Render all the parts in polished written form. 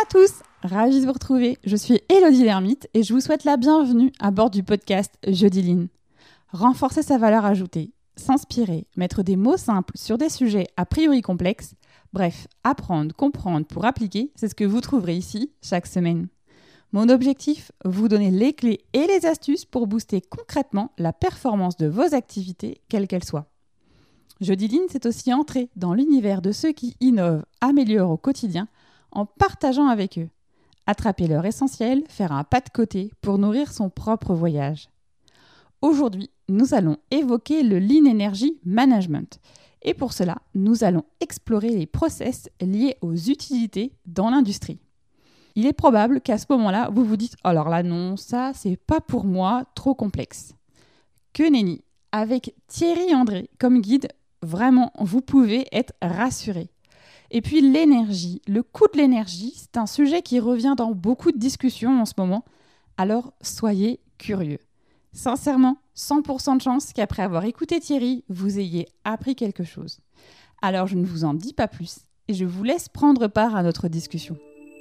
tous, ravie de vous retrouver. Je suis Élodie Lermite et je vous souhaite la bienvenue à bord du podcast Jeudi Lean. Renforcer sa valeur ajoutée, s'inspirer, mettre des mots simples sur des sujets a priori complexes, bref, apprendre, comprendre pour appliquer, c'est ce que vous trouverez ici chaque semaine. Mon objectif, vous donner les clés et les astuces pour booster concrètement la performance de vos activités, quelles qu'elles soient. Jeudi Lean, c'est aussi entrer dans l'univers de ceux qui innovent, améliorent au quotidien en partageant avec eux. Attraper leur essentiel, faire un pas de côté pour nourrir son propre voyage. Aujourd'hui, nous allons évoquer le Lean Energy Management. Et pour cela, nous allons explorer les process liés aux utilités dans l'industrie. Il est probable qu'à ce moment-là, vous vous dites « Alors là non, ça c'est pas pour moi, trop complexe ». Que nenni, avec Thierry André comme guide, vraiment vous pouvez être rassurés. Et puis l'énergie, le coût de l'énergie, c'est un sujet qui revient dans beaucoup de discussions en ce moment. Alors soyez curieux. Sincèrement, 100% de chance qu'après avoir écouté Thierry, vous ayez appris quelque chose. Alors je ne vous en dis pas plus et je vous laisse prendre part à notre discussion.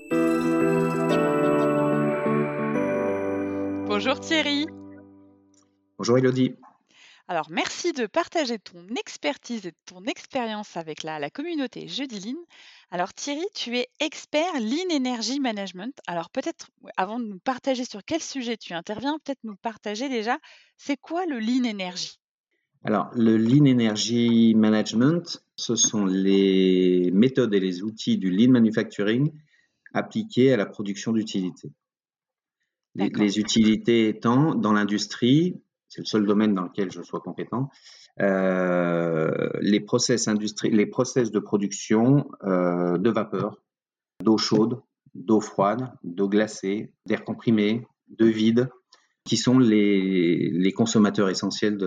Bonjour Thierry. Bonjour Élodie. Alors merci de partager ton expertise et ton expérience avec la communauté Jeudi Lean. Alors Thierry, tu es expert Lean Energy Management. Alors peut-être, avant de nous partager sur quel sujet tu interviens, peut-être nous partager déjà, c'est quoi le Lean Energy ? Alors, le Lean Energy Management, ce sont les méthodes et les outils du Lean Manufacturing appliqués à la production d'utilités. Les utilités étant, dans l'industrie, c'est le seul domaine dans lequel je sois compétent, les process de production de vapeur, d'eau chaude, d'eau froide, d'eau glacée, d'air comprimé, de vide, qui sont les consommateurs essentiels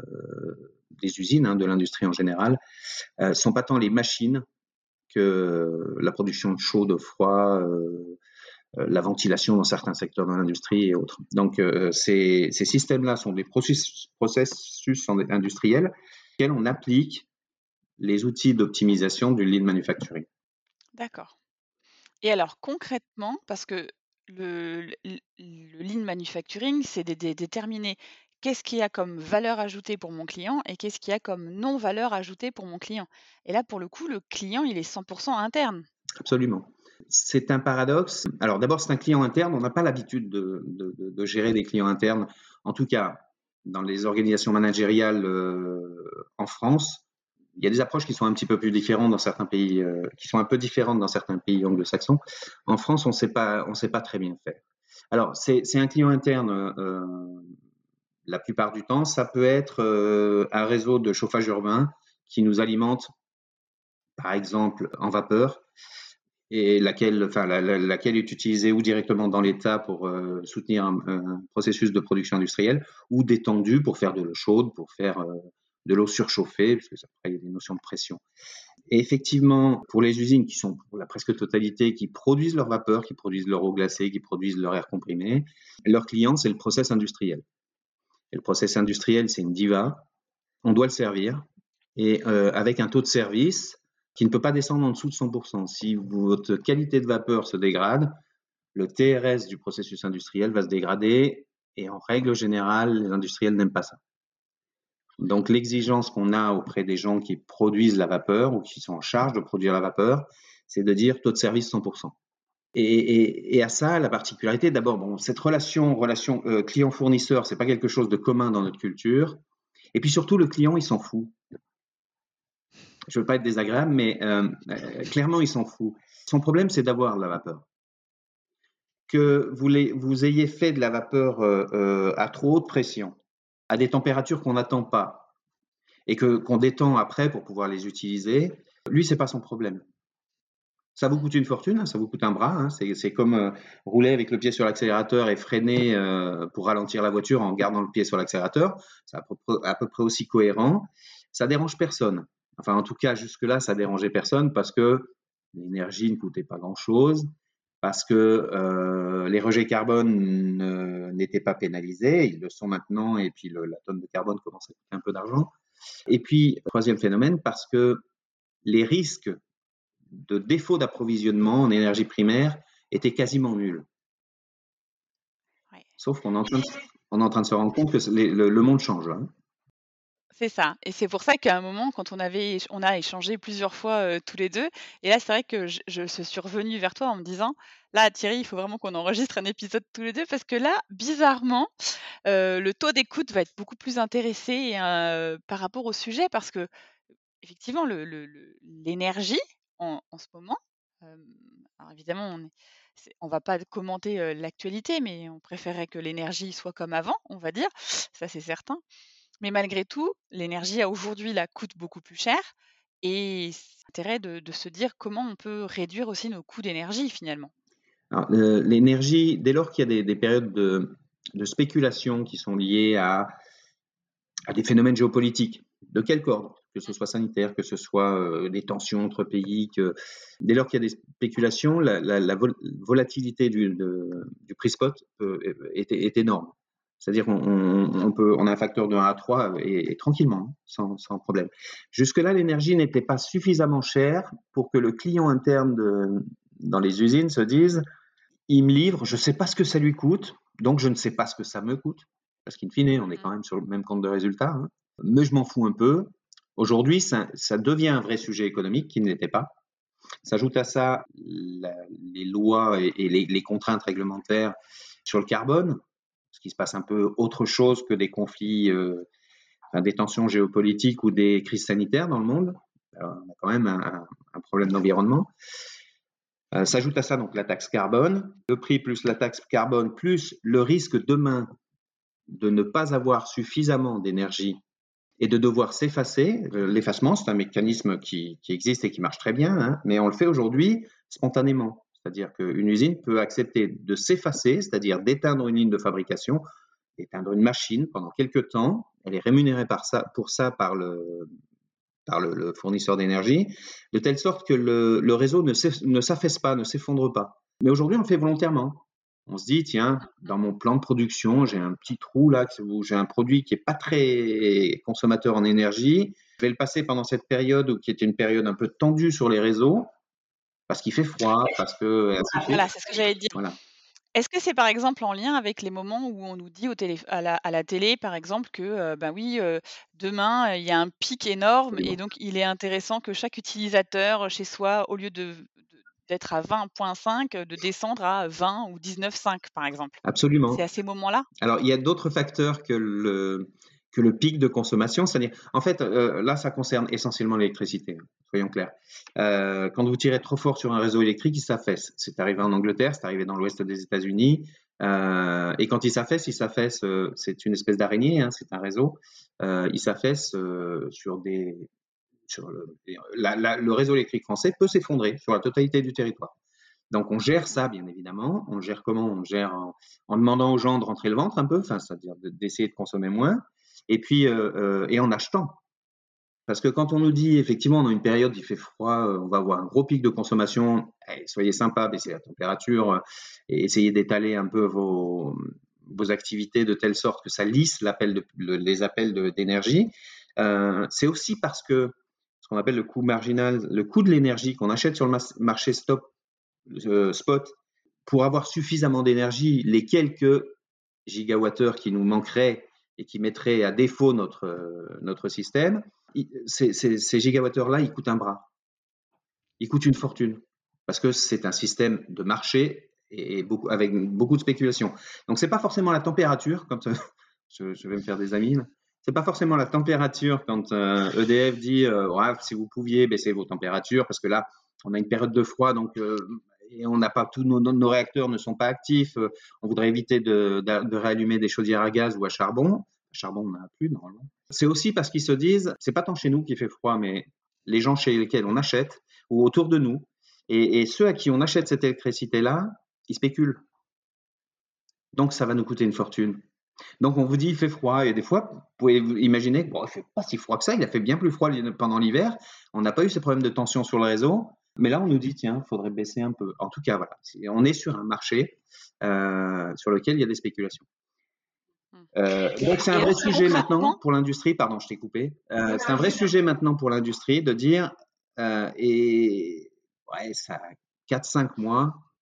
des usines, de l'industrie en général, sont pas tant les machines que la production de chaud, de froid, la ventilation dans certains secteurs de l'industrie et autres. Donc, ces systèmes-là sont des processus industriels auxquels on applique les outils d'optimisation du Lean Manufacturing. D'accord. Et alors concrètement, parce que le Lean Manufacturing, c'est déterminer qu'est-ce qu'il y a comme valeur ajoutée pour mon client et qu'est-ce qu'il y a comme non-valeur ajoutée pour mon client. Et là, pour le coup, le client, il est 100% interne. Absolument. C'est un paradoxe. Alors d'abord, c'est un client interne. On n'a pas l'habitude de gérer des clients internes. En tout cas, dans les organisations managériales en France, il y a des approches qui sont un petit peu plus différentes dans certains pays, qui sont un peu différentes dans certains pays anglo-saxons. En France, on sait pas très bien faire. Alors, c'est un client interne. La plupart du temps, ça peut être un réseau de chauffage urbain qui nous alimente, par exemple, en vapeur, et laquelle est utilisée ou directement dans l'État pour soutenir un processus de production industrielle, ou détendue pour faire de l'eau chaude, pour faire de l'eau surchauffée, parce que après il y a des notions de pression. Et effectivement, pour les usines qui sont pour la presque totalité, qui produisent leur vapeur, qui produisent leur eau glacée, qui produisent leur air comprimé, leur client, c'est le process industriel. Et le process industriel, c'est une diva, on doit le servir, et avec un taux de service qui ne peut pas descendre en dessous de 100%. Si votre qualité de vapeur se dégrade, le TRS du processus industriel va se dégrader, et en règle générale, les industriels n'aiment pas ça. Donc l'exigence qu'on a auprès des gens qui produisent la vapeur ou qui sont en charge de produire la vapeur, c'est de dire taux de service 100%. Et à ça, la particularité, d'abord, cette relation client-fournisseur, c'est pas quelque chose de commun dans notre culture. Et puis surtout, le client, il s'en fout. Je veux pas être désagréable, mais clairement, il s'en fout. Son problème, c'est d'avoir de la vapeur. Que vous ayez fait de la vapeur à trop haute pression, à des températures qu'on n'attend pas, et qu'on détend après pour pouvoir les utiliser, lui, c'est pas son problème. Ça vous coûte une fortune, ça vous coûte un bras. C'est comme rouler avec le pied sur l'accélérateur et freiner pour ralentir la voiture en gardant le pied sur l'accélérateur. C'est à peu près aussi cohérent. Ça dérange personne. Enfin, en tout cas, jusque-là, ça dérangeait personne parce que l'énergie ne coûtait pas grand-chose, parce que les rejets carbone n'étaient pas pénalisés. Ils le sont maintenant, et puis la tonne de carbone commence à coûter un peu d'argent. Et puis, troisième phénomène, parce que les risques de défaut d'approvisionnement en énergie primaire était quasiment nul. Ouais. Sauf qu'on est en train de se rendre compte que le monde change. Hein. C'est ça et c'est pour ça qu'à un moment quand on a échangé plusieurs fois, tous les 2 et là c'est vrai que je suis revenue vers toi en me disant: «Là Thierry, il faut vraiment qu'on enregistre un épisode tous les 2 parce que là, bizarrement, le taux d'écoute va être beaucoup plus intéressé, par rapport au sujet» parce qu'effectivement l'énergie en ce moment, hem, alors évidemment on va pas commenter, l'actualité mais on préférerait que l'énergie soit comme avant, on va dire, ça c'est certain. Mais malgré tout, l'énergie à aujourd'hui, là, coûte beaucoup plus cher et c'est l'intérêt de se dire comment on peut réduire aussi nos coûts d'énergie finalement. Alors, l'énergie, dès lors qu'il y a des périodes de spéculation qui sont liées à des phénomènes géopolitiques, de quelque ordre, que ce soit sanitaire, que ce soit des tensions entre pays, dès lors qu'il y a des spéculations, la volatilité du prix spot est énorme. C'est-à-dire on a un facteur de 1 à 3 et tranquillement, sans problème. Jusque-là, l'énergie n'était pas suffisamment chère pour que le client interne dans les usines se dise il me livre, je ne sais pas ce que ça lui coûte, donc je ne sais pas ce que ça me coûte, parce qu'in fine, on est quand même sur le même compte de résultat, hein, mais je m'en fous un peu. Aujourd'hui, ça devient un vrai sujet économique qui ne l'était pas. S'ajoute à ça les lois et les contraintes réglementaires sur le carbone, ce qui se passe un peu autre chose que des conflits, des tensions géopolitiques ou des crises sanitaires dans le monde. Alors, on a quand même un problème d'environnement. S'ajoute à ça donc la taxe carbone, le prix plus la taxe carbone plus le risque demain de ne pas avoir suffisamment d'énergie et de devoir s'effacer. L'effacement, c'est un mécanisme qui existe et qui marche très bien, hein, mais on le fait aujourd'hui spontanément. C'est-à-dire qu'une usine peut accepter de s'effacer, c'est-à-dire d'éteindre une ligne de fabrication, d'éteindre une machine pendant quelques temps. Elle est rémunérée pour ça par le fournisseur d'énergie, de telle sorte que le réseau ne s'affaisse pas, ne s'effondre pas. Mais aujourd'hui, on le fait volontairement. On se dit, tiens, dans mon plan de production, j'ai un petit trou là où j'ai un produit qui n'est pas très consommateur en énergie. Je vais le passer pendant cette période qui était une période un peu tendue sur les réseaux, parce qu'il fait froid, parce que... Voilà, c'est ce que j'allais dire. Voilà. Est-ce que c'est par exemple en lien avec les moments où on nous dit à la télé par exemple que, ben oui, demain, il y a un pic énorme et Absolument. donc il est intéressant que chaque utilisateur, chez soi, au lieu d'être à 20,5, de descendre à 20 ou 19,5 par exemple? C'est Absolument. à ces moments-là? Alors, il y a d'autres facteurs que le pic de consommation, c'est-à-dire, en fait, là, ça concerne essentiellement l'électricité, hein, soyons clairs. Quand vous tirez trop fort sur un réseau électrique, il s'affaisse. C'est arrivé en Angleterre, c'est arrivé dans l'ouest des États-Unis, et quand il s'affaisse, c'est une espèce d'araignée, hein, c'est un réseau, il s'affaisse sur le réseau électrique français peut s'effondrer sur la totalité du territoire. Donc on gère ça, bien évidemment. On gère comment? On gère en demandant aux gens de rentrer le ventre un peu, enfin, c'est-à-dire d'essayer de consommer moins, et puis et en achetant. Parce que quand on nous dit effectivement dans une période il fait froid, on va avoir un gros pic de consommation, soyez sympa, baissez la température et essayez d'étaler un peu vos activités de telle sorte que ça lisse les appels d'énergie. C'est aussi parce que ce qu'on appelle le coût marginal, le coût de l'énergie qu'on achète sur le marché spot, pour avoir suffisamment d'énergie, les quelques gigawattheures qui nous manqueraient et qui mettraient à défaut notre système, ces gigawattheures-là, ils coûtent un bras. Ils coûtent une fortune. Parce que c'est un système de marché et avec beaucoup de spéculation. Donc, ce n'est pas forcément la température, quand je vais me faire des amis, c'est pas forcément la température quand EDF dit ouais, si vous pouviez baisser vos températures, parce que là, on a une période de froid, donc et on n'a pas tous nos réacteurs ne sont pas actifs. On voudrait éviter de réallumer des chaudières à gaz ou à charbon. À charbon, on n'en a plus normalement. C'est aussi parce qu'ils se disent, c'est pas tant chez nous qu'il fait froid, mais les gens chez lesquels on achète ou autour de nous, et ceux à qui on achète cette électricité-là, ils spéculent. Donc ça va nous coûter une fortune. Donc on vous dit il fait froid et des fois vous pouvez imaginer que bon, il fait pas si froid que ça, il a fait bien plus froid pendant l'hiver, on n'a pas eu ces problèmes de tension sur le réseau, mais là on nous dit tiens, il faudrait baisser un peu. En tout cas voilà, on est sur un marché sur lequel il y a des spéculations. Donc c'est un vrai sujet maintenant pour l'industrie, pardon je t'ai coupé, c'est un vrai sujet maintenant pour l'industrie de dire et ouais ça 4-5 mois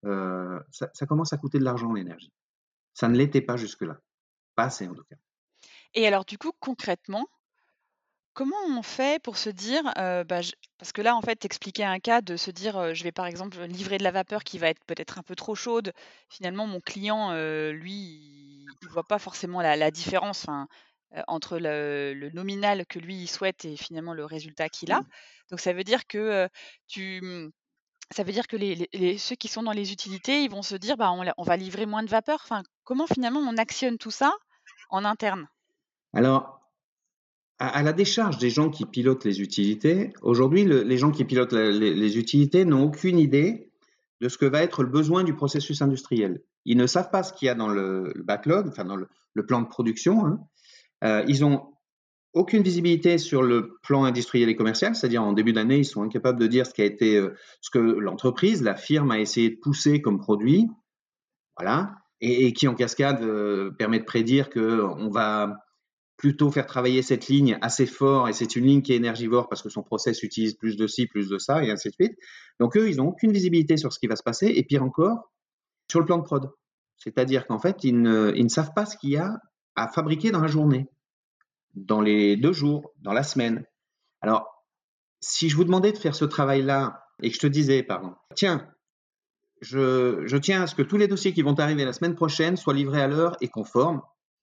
ça commence à coûter de l'argent, l'énergie. Ça ne l'était pas jusque-là. Pas assez, en tout cas. Et alors du coup, concrètement, comment on fait pour se dire, parce que là, en fait, tu un cas de se dire, je vais par exemple livrer de la vapeur qui va être peut-être un peu trop chaude. Finalement, mon client, lui, il voit pas forcément la différence, entre le nominal que lui, il souhaite et finalement le résultat qu'il a. Donc ça veut dire que, tu, mmh, ça veut dire que les ceux qui sont dans les utilités, ils vont se dire: «Bah, on va livrer moins de vapeur». Enfin, comment finalement on actionne tout ça en interne? Alors, à la décharge des gens qui pilotent les utilités, aujourd'hui, les gens qui pilotent les utilités n'ont aucune idée de ce que va être le besoin du processus industriel. Ils ne savent pas ce qu'il y a dans le backlog, enfin dans le plan de production, hein. Ils ont aucune visibilité sur le plan industriel et commercial, c'est-à-dire en début d'année, ils sont incapables de dire ce qui a été, ce que l'entreprise, la firme a essayé de pousser comme produit, voilà, et qui en cascade permet de prédire que on va plutôt faire travailler cette ligne assez fort, et c'est une ligne qui est énergivore parce que son process utilise plus de ci, plus de ça, et ainsi de suite. Donc eux, ils n'ont aucune visibilité sur ce qui va se passer, et pire encore, sur le plan de prod. C'est-à-dire qu'en fait, ils ne savent pas ce qu'il y a à fabriquer dans la journée, dans les 2 jours, dans la semaine. Alors, si je vous demandais de faire ce travail-là, et que je te disais, pardon, tiens, je tiens à ce que tous les dossiers qui vont arriver la semaine prochaine soient livrés à l'heure et conformes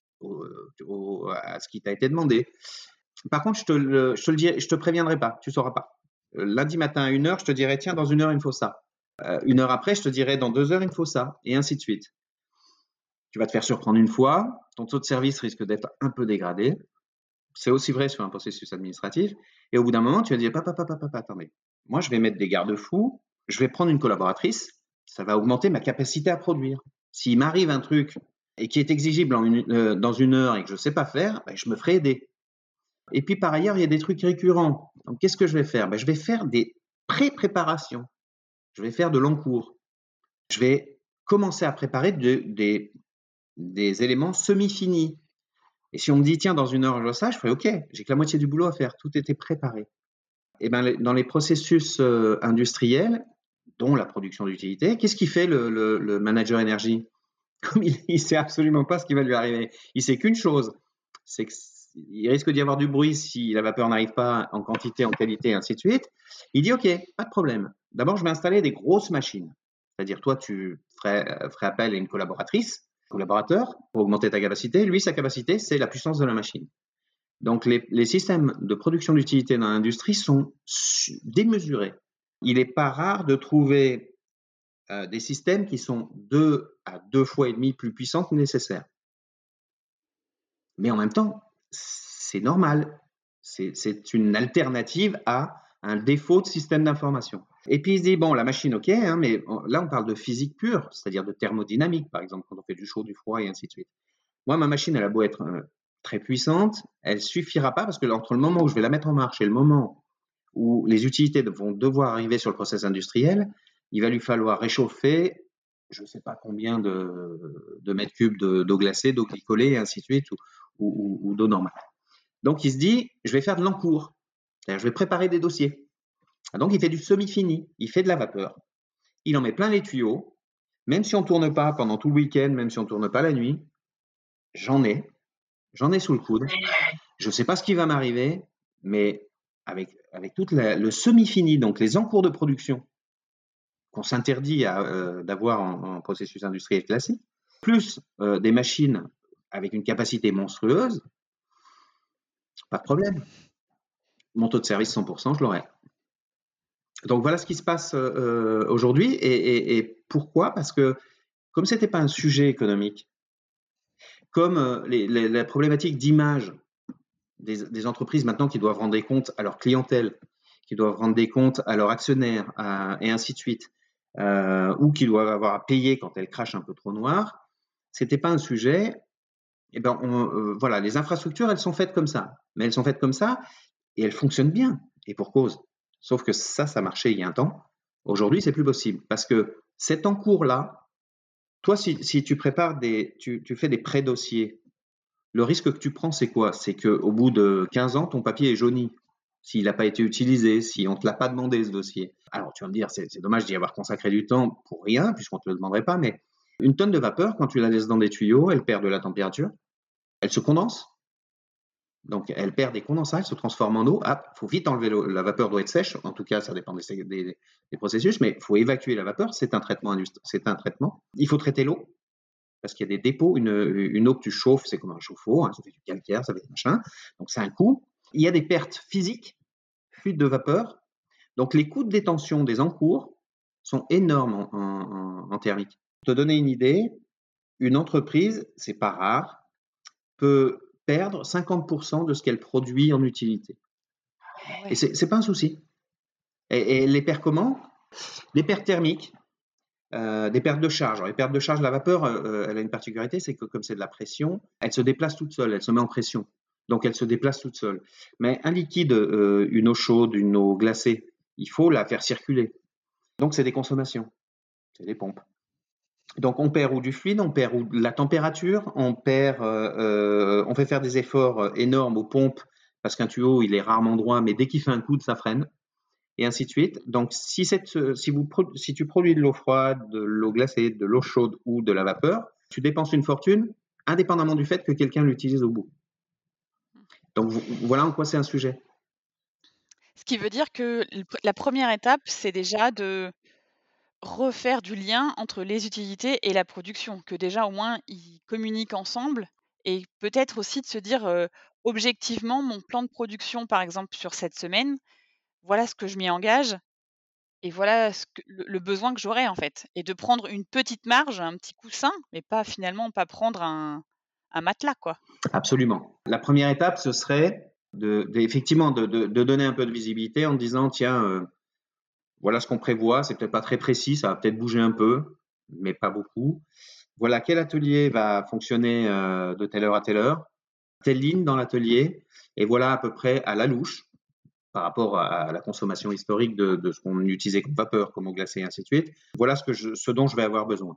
à ce qui t'a été demandé. Par contre, je te préviendrai pas, tu sauras pas. Lundi matin à 1h, je te dirai, tiens, dans 1 heure, il me faut ça. 1 heure après, je te dirai, dans 2 heures, il me faut ça, et ainsi de suite. Tu vas te faire surprendre une fois, ton taux de service risque d'être un peu dégradé. C'est aussi vrai sur un processus administratif. Et au bout d'un moment, tu vas dire, papa, attendez. Moi, je vais mettre des garde-fous, je vais prendre une collaboratrice, ça va augmenter ma capacité à produire. S'il m'arrive un truc et qui est exigible dans 1 heure et que je ne sais pas faire, ben, je me ferai aider. Et puis par ailleurs, il y a des trucs récurrents. Donc qu'est-ce que je vais faire? Ben, je vais faire des pré-préparations. Je vais faire de l'encours. Je vais commencer à préparer des éléments semi-finis. Et si on me dit, tiens, dans 1 heure, je vois ça, je ferai, OK, j'ai que la moitié du boulot à faire. Tout était préparé. Et ben, dans les processus industriels, dont la production d'utilité, qu'est-ce qui fait le manager énergie? Comme il ne sait absolument pas ce qui va lui arriver. Il sait qu'une chose, c'est qu'il risque d'y avoir du bruit si la vapeur n'arrive pas en quantité, en qualité, et ainsi de suite. Il dit, OK, pas de problème. D'abord, je vais installer des grosses machines. C'est-à-dire, toi, tu ferais appel à une collaborateur, pour augmenter ta capacité. Lui, sa capacité, c'est la puissance de la machine. Donc, les systèmes de production d'utilité dans l'industrie sont démesurés. Il n'est pas rare de trouver des systèmes qui sont 2 à 2,5 fois plus puissants que nécessaire. Mais en même temps, c'est normal. C'est une alternative à un défaut de système d'information. Et puis il se dit, bon, la machine, OK, hein, mais là, on parle de physique pure, c'est-à-dire de thermodynamique, par exemple, quand on fait du chaud, du froid, et ainsi de suite. Moi, ma machine, elle a beau être très puissante, elle suffira pas parce que entre le moment où je vais la mettre en marche et le moment où les utilités vont devoir arriver sur le process industriel, il va lui falloir réchauffer je ne sais pas combien de mètres cubes d'eau glacée, d'eau glycolée, et ainsi de suite, ou d'eau normale. Donc il se dit, je vais faire de l'encours, c'est-à-dire je vais préparer des dossiers. Donc il fait du semi-fini, il fait de la vapeur, il en met plein les tuyaux, même si on ne tourne pas pendant tout le week-end, même si on ne tourne pas la nuit, j'en ai sous le coude. Je ne sais pas ce qui va m'arriver, mais avec tout le semi-fini, donc les encours de production qu'on s'interdit d'avoir en processus industriel classique, plus des machines avec une capacité monstrueuse, pas de problème. Mon taux de service 100%, je l'aurai. Donc voilà ce qui se passe aujourd'hui. Et pourquoi? Parce que comme ce n'était pas un sujet économique, comme la problématique d'image des entreprises maintenant qui doivent rendre des comptes à leur clientèle, qui doivent rendre des comptes à leurs actionnaires, et ainsi de suite, ou qui doivent avoir à payer quand elles crachent un peu trop noir, c'était pas un sujet. Et ben voilà, les infrastructures, elles sont faites comme ça, mais elles sont faites comme ça et elles fonctionnent bien, et pour cause. Sauf que ça marchait il y a un temps. Aujourd'hui, c'est plus possible parce que cet encours-là, toi, si tu prépares tu fais des pré-dossiers, le risque que tu prends, c'est quoi? C'est qu'au bout de 15 ans, ton papier est jauni. s'il n'a pas été utilisé, si on ne te l'a pas demandé ce dossier. Alors tu vas me dire, c'est dommage d'y avoir consacré du temps pour rien, puisqu'on ne te le demanderait pas, mais une tonne de vapeur, quand tu la laisses dans des tuyaux, elle perd de la température, elle se condense, donc elle perd des condensats, elle se transforme en eau. Il faut vite enlever l'eau, la vapeur doit être sèche, en tout cas ça dépend des processus, mais il faut évacuer la vapeur, c'est un traitement. Il faut traiter l'eau, parce qu'il y a des dépôts, une eau que tu chauffes, c'est comme un chauffe-eau, ça fait du calcaire, ça fait du machin, donc c'est un coût. Il y a des pertes physiques, fuite de vapeur, donc les coûts de détention des encours sont énormes en thermique. Pour te donner une idée, une entreprise, c'est pas rare, peut perdre 50% de ce qu'elle produit en utilité. Ouais. Et c'est pas un souci. Et les perd comment? Des pertes thermiques, des pertes de charge. Alors, les pertes de charge, la vapeur, elle a une particularité, c'est que comme c'est de la pression, elle se déplace toute seule, elle se met en pression. Donc elle se déplace toute seule. Mais un liquide, une eau chaude, une eau glacée, il faut la faire circuler. Donc c'est des consommations, c'est des pompes. Donc on perd ou du fluide, on perd ou de la température, on fait faire des efforts énormes aux pompes parce qu'un tuyau il est rarement droit, mais dès qu'il fait un coude, ça freine, et ainsi de suite. Donc si tu produis de l'eau froide, de l'eau glacée, de l'eau chaude ou de la vapeur, tu dépenses une fortune, indépendamment du fait que quelqu'un l'utilise au bout. Donc voilà en quoi c'est un sujet. Ce qui veut dire que la première étape, c'est déjà de refaire du lien entre les utilités et la production, que déjà au moins ils communiquent ensemble et peut-être aussi de se dire, objectivement mon plan de production par exemple sur cette semaine, voilà ce que je m'y engage et voilà ce que le besoin que j'aurai en fait et de prendre une petite marge, un petit coussin, mais pas prendre un matelas quoi. Absolument. La première étape, ce serait effectivement de donner un peu de visibilité en disant tiens, voilà ce qu'on prévoit, c'est peut-être pas très précis, ça va peut-être bouger un peu, mais pas beaucoup. Voilà quel atelier va fonctionner de telle heure à telle heure, telle ligne dans l'atelier, et voilà à peu près à la louche, par rapport à la consommation historique de ce qu'on utilisait comme vapeur, comme eau glacée, et ainsi de suite. Voilà ce dont je vais avoir besoin.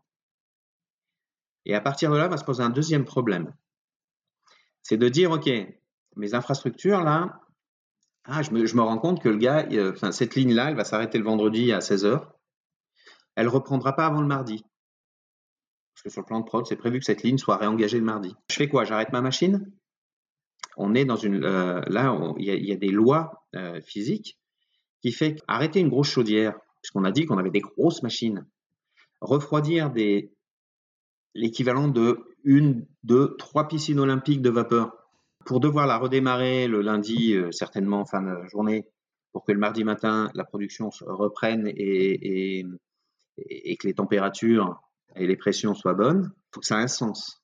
Et à partir de là, va se poser un deuxième problème. C'est de dire, OK, mes infrastructures, là, je me rends compte que le gars, cette ligne-là, elle va s'arrêter le vendredi à 16h. Elle ne reprendra pas avant le mardi. Parce que sur le plan de prod, c'est prévu que cette ligne soit réengagée le mardi. Je fais quoi? J'arrête ma machine? On est dans il y a des lois physiques qui fait qu'arrêter une grosse chaudière, puisqu'on a dit qu'on avait des grosses machines, refroidir l'équivalent de 1, 2, 3 piscines olympiques de vapeur pour devoir la redémarrer le lundi, certainement en fin de journée, pour que le mardi matin, la production se reprenne et que les températures et les pressions soient bonnes, il faut que ça ait un sens.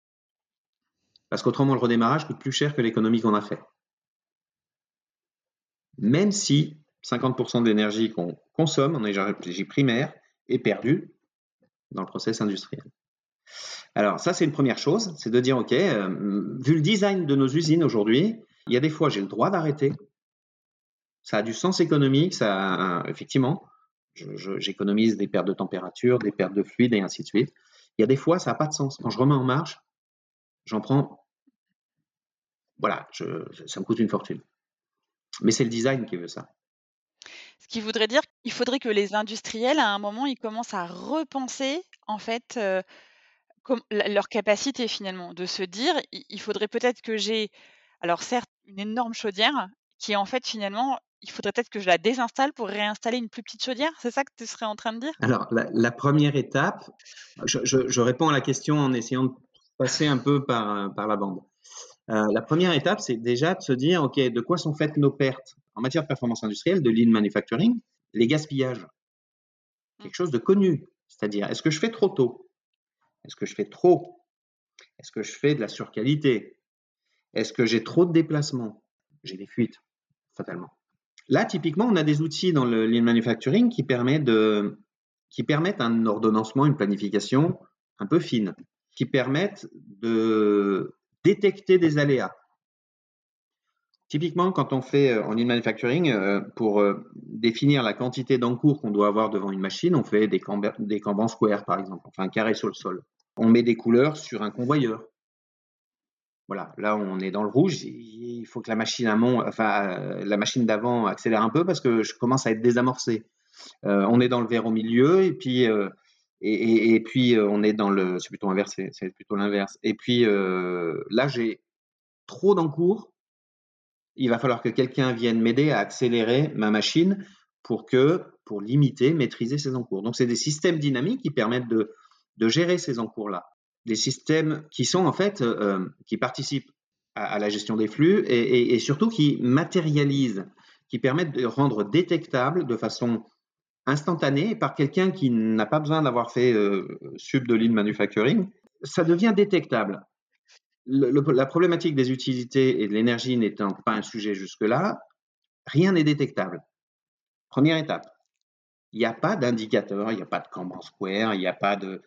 Parce qu'autrement, le redémarrage coûte plus cher que l'économie qu'on a fait. Même si 50% de l'énergie qu'on consomme en énergie primaire est perdue dans le process industriel. Alors ça, c'est une première chose, c'est de dire, OK, vu le design de nos usines aujourd'hui, il y a des fois, j'ai le droit d'arrêter. Ça a du sens économique, effectivement, j'économise des pertes de température, des pertes de fluide et ainsi de suite. Il y a des fois, ça n'a pas de sens. Quand je remets en marche, j'en prends, voilà, ça me coûte une fortune. Mais c'est le design qui veut ça. Ce qui voudrait dire qu'il faudrait que les industriels, à un moment, ils commencent à repenser, en fait, leur capacité finalement, de se dire: «Il faudrait peut-être que j'ai, alors certes, une énorme chaudière qui en fait finalement, il faudrait peut-être que je la désinstalle pour réinstaller une plus petite chaudière». C'est ça que tu serais en train de dire? Alors, la première étape, je réponds à la question en essayant de passer un peu par la bande. La première étape, c'est déjà de se dire, OK, de quoi sont faites nos pertes en matière de performance industrielle, de lean manufacturing? Les gaspillages. Quelque chose de connu. C'est-à-dire, est-ce que je fais trop tôt? Est-ce que je fais trop? Est-ce que je fais de la surqualité? Est-ce que j'ai trop de déplacements? J'ai des fuites, fatalement. Là, typiquement, on a des outils dans le lean manufacturing qui permettent un ordonnancement, une planification un peu fine, qui permettent de détecter des aléas. Typiquement, quand on fait en lean manufacturing, pour définir la quantité d'encours qu'on doit avoir devant une machine, on fait des Kanban square, par exemple, enfin un carré sur le sol. On met des couleurs sur un convoyeur. Voilà, là on est dans le rouge. Il faut que la machine la machine d'avant accélère un peu parce que je commence à être désamorcé. On est dans le vert au milieu et puis on est dans le, c'est plutôt inversé, c'est plutôt l'inverse. Et puis là j'ai trop d'encours. Il va falloir que quelqu'un vienne m'aider à accélérer ma machine pour limiter, maîtriser ces encours. Donc, c'est des systèmes dynamiques qui permettent de gérer ces encours-là. Des systèmes qui sont en fait, qui participent à la gestion des flux et surtout qui matérialisent, qui permettent de rendre détectable de façon instantanée par quelqu'un qui n'a pas besoin d'avoir fait sub de lean manufacturing. Ça devient détectable. La problématique des utilités et de l'énergie n'étant pas un sujet jusque-là, rien n'est détectable. Première étape. Il n'y a pas d'indicateur, il n'y a pas de Kanban square, il n'y a pas de.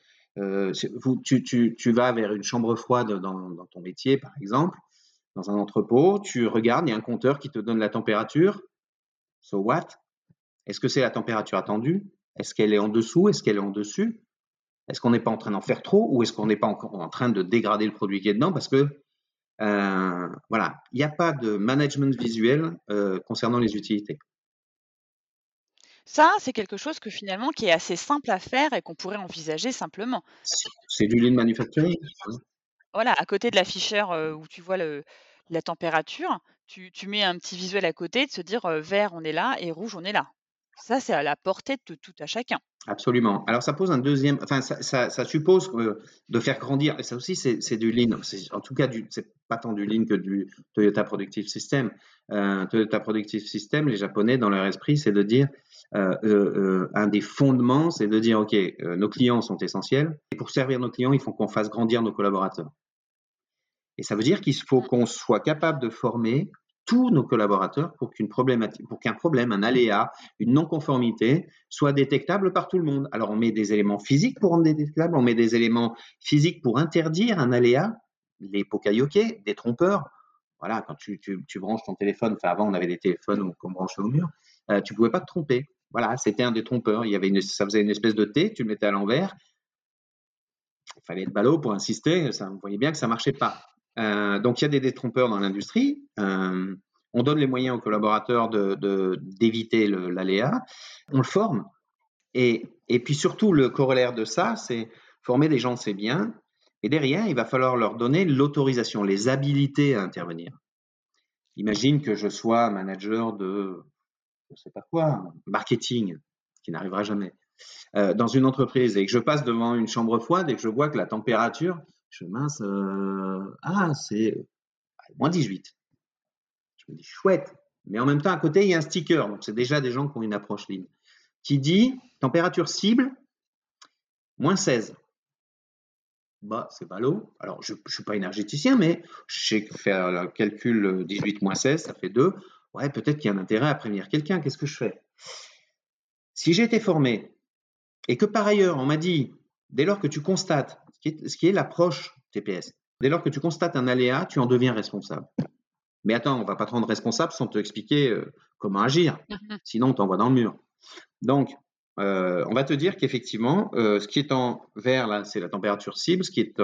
Tu vas vers une chambre froide dans ton métier, par exemple, dans un entrepôt, tu regardes, il y a un compteur qui te donne la température. So what? Est-ce que c'est la température attendue? Est-ce qu'elle est en dessous? Est-ce qu'elle est en dessus? Est-ce qu'on n'est pas en train d'en faire trop ou est-ce qu'on n'est pas encore en train de dégrader le produit qui est dedans? Parce que voilà, il n'y a pas de management visuel concernant les utilités. Ça, c'est quelque chose que finalement qui est assez simple à faire et qu'on pourrait envisager simplement. C'est du lean manufacturing. Voilà, à côté de l'afficheur, où tu vois la température, tu mets un petit visuel à côté de se dire, vert on est là et rouge on est là. Ça, c'est à la portée de tout à chacun. Absolument. Alors ça pose un deuxième, enfin ça suppose de faire grandir, et ça aussi c'est du lean. En tout cas, c'est pas tant du lean que du Toyota Productive System. Toyota Productive System, les Japonais dans leur esprit, c'est de dire un des fondements, c'est de dire ok, nos clients sont essentiels et pour servir nos clients, il faut qu'on fasse grandir nos collaborateurs. Et ça veut dire qu'il faut qu'on soit capable de former tous nos collaborateurs pour qu'un problème, un aléa, une non-conformité soit détectable par tout le monde. Alors, on met des éléments physiques pour rendre détectable, on met des éléments physiques pour interdire un aléa, les pokayoke, des trompeurs. Voilà, quand tu branches ton téléphone, enfin avant, on avait des téléphones qu'on branchait au mur, tu pouvais pas te tromper. Voilà, c'était un des trompeurs. Ça faisait une espèce de T, tu le mettais à l'envers. Il fallait être ballot pour insister, on voyait bien que ça marchait pas. Donc, il y a des détrompeurs dans l'industrie. On donne les moyens aux collaborateurs d'éviter l'aléa. On le forme. Et puis surtout, le corollaire de ça, c'est former des gens, c'est bien. Et derrière, il va falloir leur donner l'autorisation, les habilités à intervenir. Imagine que je sois manager de, je sais pas quoi, marketing, qui n'arrivera jamais, dans une entreprise et que je passe devant une chambre froide et que je vois que la température, je mince, c'est moins 18. Je me dis chouette. Mais en même temps, à côté, il y a un sticker. Donc, c'est déjà des gens qui ont une approche lean qui dit température cible, moins 16. Bah, c'est ballot. Alors, je ne suis pas énergéticien, mais je sais faire le calcul 18 moins 16, ça fait 2. Ouais, peut-être qu'il y a un intérêt à prévenir quelqu'un. Qu'est-ce que je fais? Si j'ai été formé et que par ailleurs, on m'a dit, dès lors que tu constates, ce qui est l'approche TPS, dès lors que tu constates un aléa, tu en deviens responsable. Mais attends, on ne va pas te rendre responsable sans te expliquer comment agir. Sinon, on t'envoie dans le mur. Donc, on va te dire qu'effectivement, ce qui est en vert, là, c'est la température cible. Ce qui est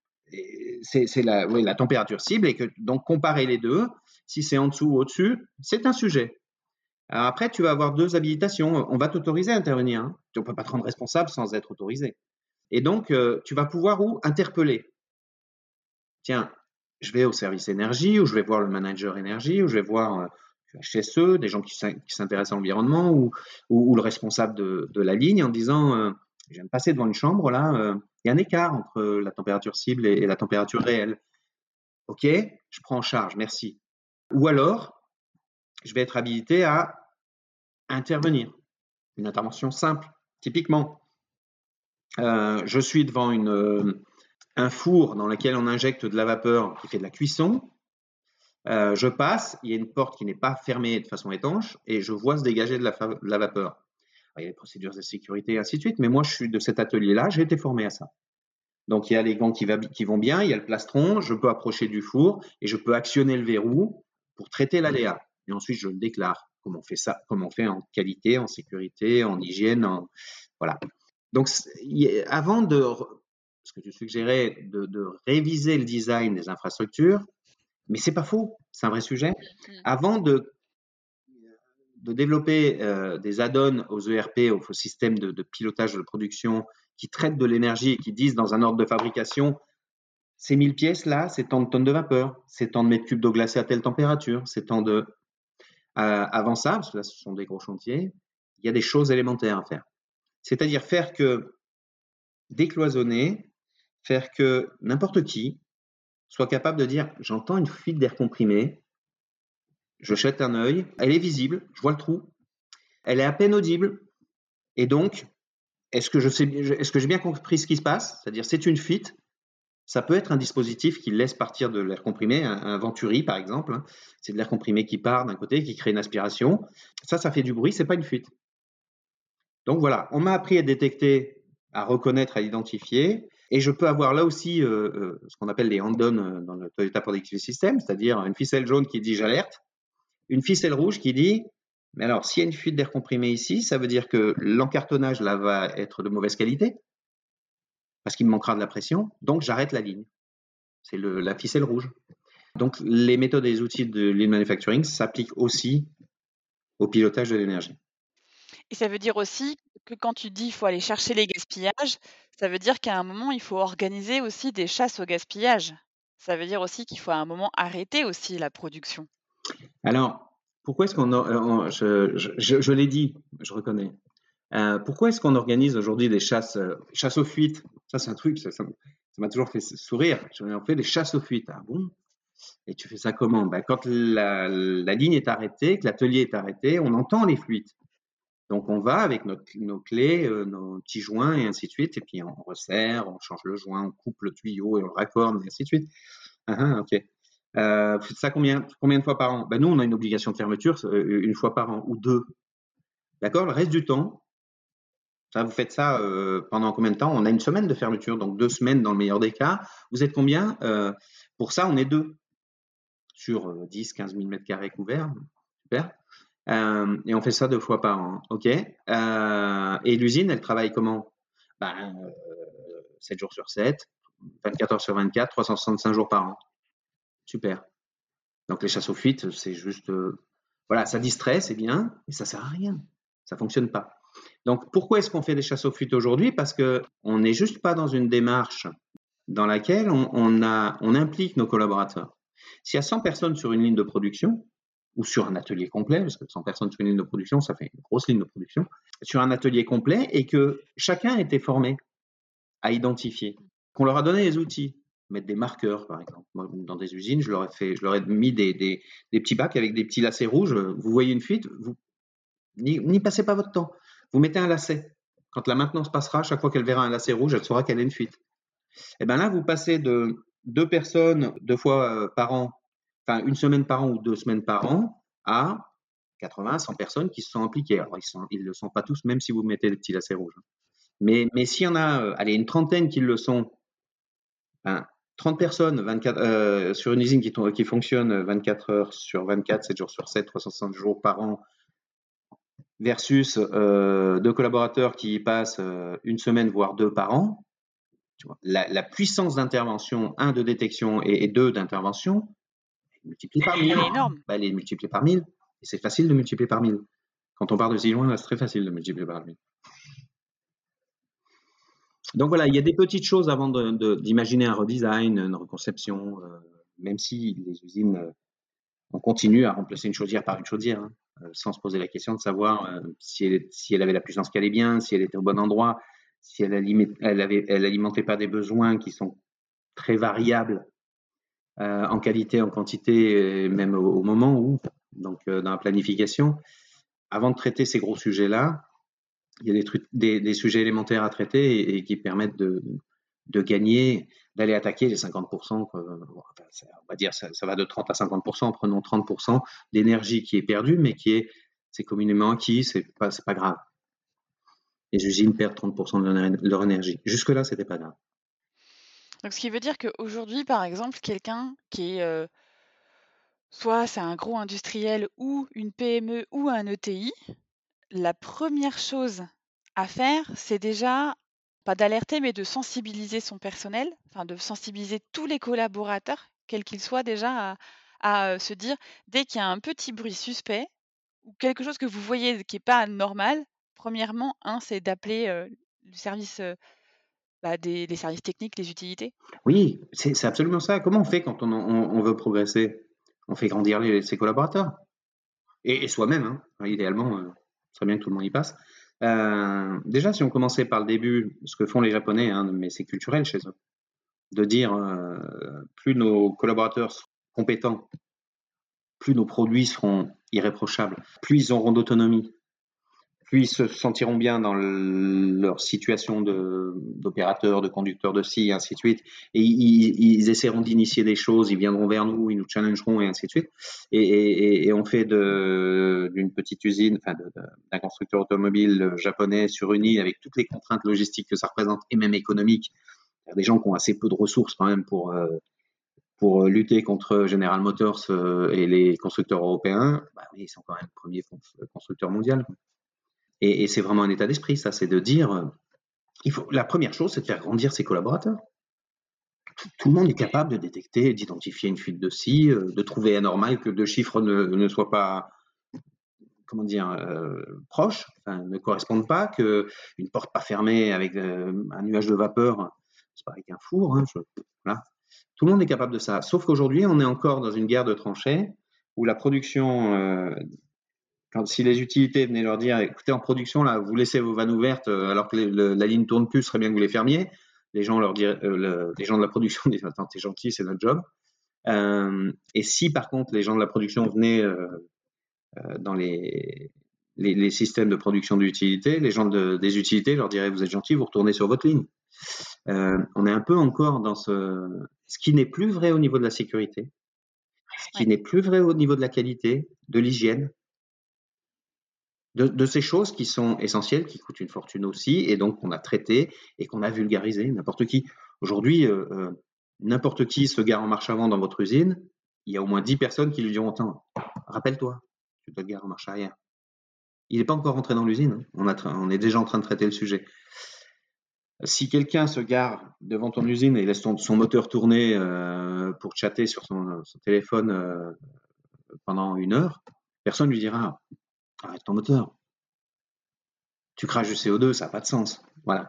c'est la température cible. Et que donc, comparer les deux, si c'est en dessous ou au-dessus, c'est un sujet. Alors après, tu vas avoir 2 habilitations. On va t'autoriser à intervenir. Hein. On ne peut pas te rendre responsable sans être autorisé. Et donc, tu vas pouvoir interpeller. Tiens, je vais au service énergie, ou je vais voir le manager énergie, ou je vais voir HSE, des gens qui s'intéressent à l'environnement, ou le responsable de la ligne en disant je viens de passer devant une chambre, là, il y a un écart entre la température cible et la température réelle. Ok, je prends en charge, merci. Ou alors, je vais être habilité à intervenir. Une intervention simple, typiquement. Je suis devant un four dans lequel on injecte de la vapeur qui fait de la cuisson. Je passe, il y a une porte qui n'est pas fermée de façon étanche et je vois se dégager de la vapeur. Alors, il y a des procédures de sécurité et ainsi de suite, mais moi je suis de cet atelier-là, j'ai été formé à ça. Donc il y a les gants qui vont bien, il y a le plastron, je peux approcher du four et je peux actionner le verrou pour traiter l'aléa. Et ensuite je le déclare. Comment on fait ça? Comment on fait en qualité, en sécurité, en hygiène, voilà. Donc avant ce que tu suggérais de réviser le design des infrastructures, mais c'est pas faux, c'est un vrai sujet. Avant de développer des add-ons aux ERP, aux systèmes de pilotage de production qui traitent de l'énergie et qui disent dans un ordre de fabrication, ces 1000 pièces là, c'est tant de tonnes de vapeur, c'est tant de mètres cubes d'eau glacée à telle température, c'est tant de... avant ça, parce que là ce sont des gros chantiers, il y a des choses élémentaires à faire. C'est-à-dire faire que décloisonner, faire que n'importe qui soit capable de dire j'entends une fuite d'air comprimé, je jette un œil, elle est visible, je vois le trou, elle est à peine audible, et donc est-ce que j'ai bien compris ce qui se passe? C'est-à-dire c'est une fuite, ça peut être un dispositif qui laisse partir de l'air comprimé, un Venturi par exemple, hein. C'est de l'air comprimé qui part d'un côté, qui crée une aspiration. Ça fait du bruit, c'est pas une fuite. Donc voilà, on m'a appris à détecter, à reconnaître, à identifier, et je peux avoir là aussi ce qu'on appelle les hand-on dans le Toyota Productive System, c'est-à-dire une ficelle jaune qui dit j'alerte, une ficelle rouge qui dit mais alors s'il y a une fuite d'air comprimé ici, ça veut dire que l'encartonnage là va être de mauvaise qualité, parce qu'il me manquera de la pression, donc j'arrête la ligne. C'est la ficelle rouge. Donc les méthodes et les outils de Lean Manufacturing s'appliquent aussi au pilotage de l'énergie. Et ça veut dire aussi que quand tu dis il faut aller chercher les gaspillages, ça veut dire qu'à un moment, il faut organiser aussi des chasses au gaspillage. Ça veut dire aussi qu'il faut à un moment arrêter aussi la production. Alors, pourquoi est-ce je l'ai dit, je reconnais. Pourquoi est-ce qu'on organise aujourd'hui des chasses aux fuites? Ça, c'est un truc, ça m'a toujours fait sourire. On fait des chasses aux fuites. Ah bon? Et tu fais ça comment? Quand la ligne est arrêtée, que l'atelier est arrêté, on entend les fuites. Donc on va avec nos clés, nos petits joints et ainsi de suite, et puis on resserre, on change le joint, on coupe le tuyau et on le raccorde et ainsi de suite. Ok. Vous faites ça combien de fois par an? Nous, on a une obligation de fermeture une fois par an ou deux. D'accord? Le reste du temps, ça, vous faites ça pendant combien de temps? On a une semaine de fermeture, donc 2 semaines dans le meilleur des cas. Vous êtes combien? Pour ça, on est 2 sur 10, 15 000 mètres carrés couverts. Super. Et on fait ça 2 fois par an. OK. Et l'usine, elle travaille comment? 7 jours sur 7, 24 heures sur 24, 365 jours par an. Super. Donc les chasses aux fuites, c'est juste... voilà, ça distrait, c'est bien, mais ça sert à rien. Ça fonctionne pas. Donc pourquoi est-ce qu'on fait des chasses aux fuites aujourd'hui? Parce qu'on n'est juste pas dans une démarche dans laquelle on implique nos collaborateurs. S'il y a 100 personnes sur une ligne de production, ou sur un atelier complet, parce que 100 personnes sur une ligne de production, ça fait une grosse ligne de production, sur un atelier complet, et que chacun a été formé à identifier, qu'on leur a donné les outils, mettre des marqueurs par exemple. Moi, dans des usines, je leur ai mis des petits bacs avec des petits lacets rouges. Vous voyez une fuite, vous n'y passez pas votre temps. Vous mettez un lacet. Quand la maintenance passera, chaque fois qu'elle verra un lacet rouge, elle saura qu'elle a une fuite. Et bien là, vous passez de 2 personnes 2 fois par an, enfin une semaine par an ou 2 semaines par an, à 80, 100 personnes qui se sont impliquées. Alors ils ne le sont pas tous, même si vous mettez des petits lacets rouges. Mais s'il y en a, allez, une trentaine qui le sont, 30 personnes 24, sur une usine qui fonctionne 24 heures sur 24, 7 jours sur 7, 365 jours par an, versus 2 collaborateurs qui y passent une semaine, voire 2 par an, tu vois, la puissance d'intervention, 1 de détection et 2 d'intervention, multipliée par 1000. Elle est énorme. Elle est multipliée par 1000. Et c'est facile de multiplier par 1000. Quand on part de si loin, c'est très facile de multiplier par 1000. Donc voilà, il y a des petites choses avant d'imaginer un redesign, une reconception, même si les usines, on continue à remplacer une chaudière par une chaudière, hein, sans se poser la question de savoir si elle avait la puissance qu'elle est bien, si elle était au bon endroit, si elle alimentait pas des besoins qui sont très variables en qualité, en quantité, et même au moment où, donc dans la planification. Avant de traiter ces gros sujets-là, il y a des sujets élémentaires à traiter et qui permettent de gagner, d'aller attaquer les 50%. On va dire ça va de 30 à 50%, prenons 30% d'énergie qui est perdue, mais c'est communément acquis, c'est pas grave. Les usines perdent 30% de leur énergie. Jusque-là, c'était pas grave. Donc ce qui veut dire qu'aujourd'hui, par exemple, quelqu'un qui est soit c'est un gros industriel ou une PME ou un ETI, la première chose à faire, c'est déjà pas d'alerter, mais de sensibiliser son personnel, enfin de sensibiliser tous les collaborateurs, quels qu'ils soient déjà, à se dire, dès qu'il y a un petit bruit suspect ou quelque chose que vous voyez qui est pas normal, premièrement, c'est d'appeler, le service, des les services techniques, les utilités? Oui, c'est absolument ça. Comment on fait quand on veut progresser? On fait grandir ses collaborateurs et soi-même, hein. Enfin, idéalement, ce serait bien que tout le monde y passe. Déjà, si on commençait par le début, ce que font les Japonais, hein, mais c'est culturel chez eux, de dire plus nos collaborateurs seront compétents, plus nos produits seront irréprochables, plus ils auront d'autonomie, plus ils se sentiront bien dans leur situation d'opérateur, de conducteur de scie, et ainsi de suite. Et ils essaieront d'initier des choses, ils viendront vers nous, ils nous challengeront, et ainsi de suite. Et on fait d'une petite usine, enfin d'un constructeur automobile japonais sur une île, avec toutes les contraintes logistiques que ça représente, et même économiques. Il y a des gens qui ont assez peu de ressources quand même pour lutter contre General Motors et les constructeurs européens. Bah oui, ils sont quand même le premier constructeur mondial. Et c'est vraiment un état d'esprit, ça, c'est de dire, la première chose, c'est de faire grandir ses collaborateurs. Tout le monde est capable de détecter, d'identifier une fuite de scie, de trouver anormal que deux chiffres ne soient pas, comment dire, proches, enfin, ne correspondent pas, qu'une porte pas fermée avec un nuage de vapeur, c'est pareil qu'un four. Hein, voilà. Tout le monde est capable de ça. Sauf qu'aujourd'hui, on est encore dans une guerre de tranchées où la production si les utilités venaient leur dire, écoutez, en production, là, vous laissez vos vannes ouvertes alors que la ligne tourne plus, ce serait bien que vous les fermiez. Les gens leur diraient, les gens de la production disent, attends, t'es gentil, c'est notre job. Et si par contre les gens de la production venaient dans les systèmes de production d'utilités, les gens des utilités leur diraient, vous êtes gentil, vous retournez sur votre ligne. On est un peu encore dans ce qui n'est plus vrai au niveau de la sécurité, ce qui n'est plus vrai au niveau de la qualité, de l'hygiène. De ces choses qui sont essentielles, qui coûtent une fortune aussi, et donc qu'on a traité et qu'on a vulgarisé. N'importe qui. Aujourd'hui, n'importe qui se gare en marche avant dans votre usine, il y a au moins 10 personnes qui lui diront, attends, rappelle-toi, tu dois te garer en marche arrière. Il n'est pas encore rentré dans l'usine, hein. On est déjà en train de traiter le sujet. Si quelqu'un se gare devant ton usine et laisse son moteur tourner pour chatter sur son téléphone pendant 1 heure, personne ne lui dira, arrête ton moteur. Tu craches du CO2, ça n'a pas de sens. Voilà.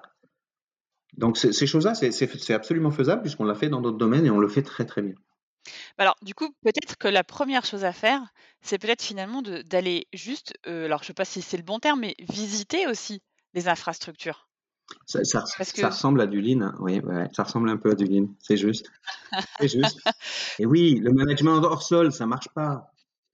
Donc ces choses-là, c'est absolument faisable puisqu'on l'a fait dans d'autres domaines et on le fait très très bien. Alors du coup, peut-être que la première chose à faire, c'est peut-être finalement d'aller juste, alors je sais pas si c'est le bon terme, mais visiter aussi les infrastructures. Ça Parce que ressemble à du lean, hein. Oui, ouais, ça ressemble un peu à du lean, c'est juste. C'est juste. Et oui, le management hors sol, ça marche pas.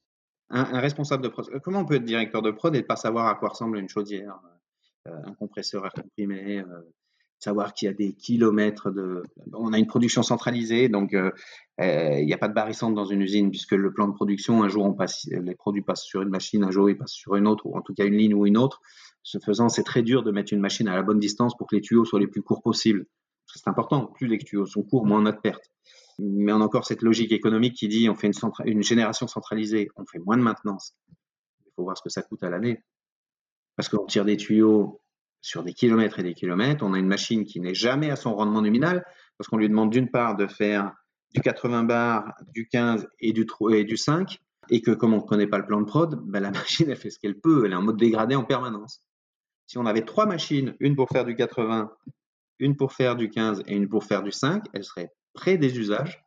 Un responsable de prod, comment on peut être directeur de prod et ne pas savoir à quoi ressemble une chaudière, un compresseur à comprimé, savoir qu'il y a des kilomètres on a une production centralisée, donc il n'y a pas de barycentre dans une usine puisque le plan de production, un jour les produits passent sur une machine, un jour ils passent sur une autre, ou en tout cas une ligne ou une autre. Ce faisant, c'est très dur de mettre une machine à la bonne distance pour que les tuyaux soient les plus courts possibles. C'est important, plus les tuyaux sont courts, moins on a de pertes. Mais on a encore cette logique économique qui dit on fait une génération centralisée, on fait moins de maintenance. Il faut voir ce que ça coûte à l'année. Parce qu'on tire des tuyaux sur des kilomètres et des kilomètres, on a une machine qui n'est jamais à son rendement nominal, parce qu'on lui demande d'une part de faire du 80 bar, du 15 et du 5, et que comme on ne connaît pas le plan de prod, ben la machine elle fait ce qu'elle peut, elle est en mode dégradé en permanence. Si on avait 3 machines, une pour faire du 80, une pour faire du 15 et une pour faire du 5, elles seraient près des usages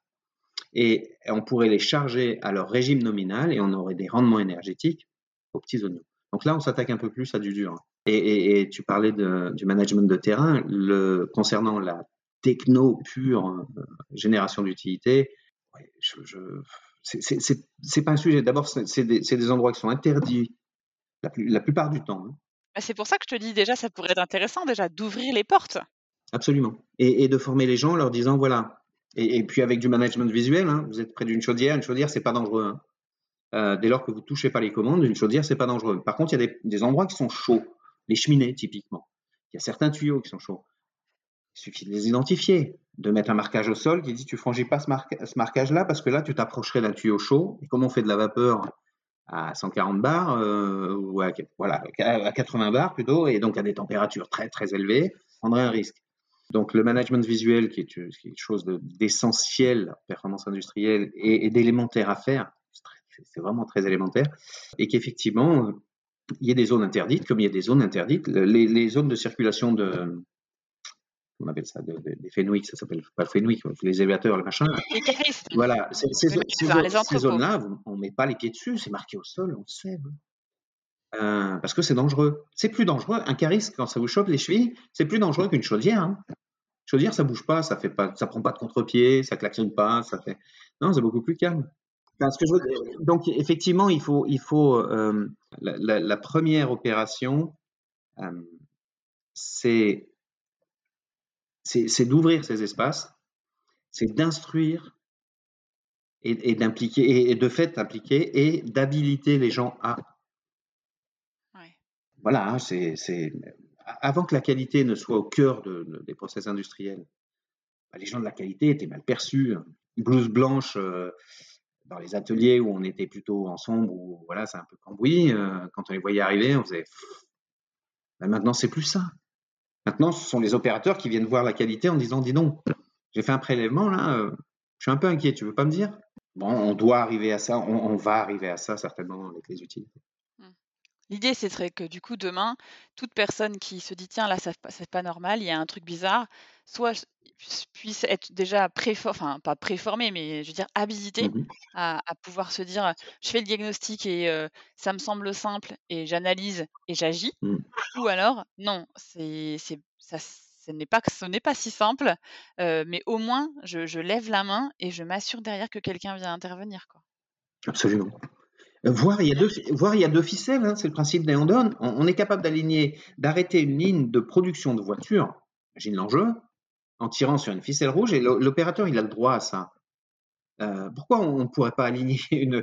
et on pourrait les charger à leur régime nominal et on aurait des rendements énergétiques aux petits oignons. Donc là, on s'attaque un peu plus à du dur. Et tu parlais du management de terrain. Concernant la techno pure génération d'utilité, ouais, c'est pas un sujet. D'abord, c'est des endroits qui sont interdits la plupart du temps. Hein. c'est pour ça que je te dis déjà, ça pourrait être intéressant déjà d'ouvrir les portes. Absolument. Et de former les gens en leur disant, voilà. Et puis avec du management visuel, hein, vous êtes près d'une chaudière c'est pas dangereux. Hein. Dès lors que vous touchez pas les commandes, une chaudière, c'est pas dangereux. Par contre, il y a des endroits qui sont chauds, les cheminées typiquement. Il y a certains tuyaux qui sont chauds. Il suffit de les identifier, de mettre un marquage au sol qui dit tu franchis pas ce marquage-là parce que là tu t'approcherais d'un tuyau chaud. Et comme on fait de la vapeur à 140 bars ou à 80 bars plutôt, et donc à des températures très très élevées, on prendrait un risque. Donc, le management visuel, qui est quelque chose d'essentiel en performance industrielle et d'élémentaire à faire, c'est vraiment très élémentaire, et qu'effectivement, il y ait des zones interdites, comme il y a des zones interdites. Les zones de circulation on appelle ça des Fenwick, ça s'appelle pas le Fenwick, les élévateurs, le machin. Les caristes. Voilà, Les entrepôts. ces zones-là, on met pas les pieds dessus, c'est marqué au sol, on le sait. Parce que c'est dangereux. C'est plus dangereux. Un cariste, quand ça vous chope les chevilles, c'est plus dangereux qu'une chaudière. Hein. Chaudière, ça bouge pas, ça prend pas de contre-pied, ça klaxonne pas, non, c'est beaucoup plus calme. Donc effectivement, il faut la première opération, c'est d'ouvrir ces espaces, c'est d'instruire et d'impliquer et de fait d'impliquer et d'habiliter les gens à. Ouais. Voilà, hein, c'est avant que la qualité ne soit au cœur des process industriels. Les gens de la qualité étaient mal perçus. Une blouse blanche dans les ateliers où on était plutôt en sombre, où voilà, c'est un peu cambouis. Quand on les voyait arriver, on faisait. Ben maintenant, c'est plus ça. Maintenant, ce sont les opérateurs qui viennent voir la qualité en disant, dis donc, j'ai fait un prélèvement là, je suis un peu inquiet. Tu veux pas me dire? Bon, on doit arriver à ça. On va arriver à ça certainement avec les utilités. L'idée, ce serait que du coup, demain, toute personne qui se dit tiens, là, c'est pas normal, il y a un truc bizarre, soit puisse être déjà enfin, pas préformé, mais je veux dire habilité à pouvoir se dire je fais le diagnostic et ça me semble simple et j'analyse et j'agis. Ou alors, non, ce n'est pas si simple, mais au moins, je lève la main et je m'assure derrière que quelqu'un vient intervenir, quoi. Absolument. Voir, il y a deux ficelles, hein, c'est le principe des on. On est capable d'arrêter une ligne de production de voitures, imagine l'enjeu, en tirant sur une ficelle rouge, et l'opérateur, il a le droit à ça. Pourquoi on ne pourrait pas aligner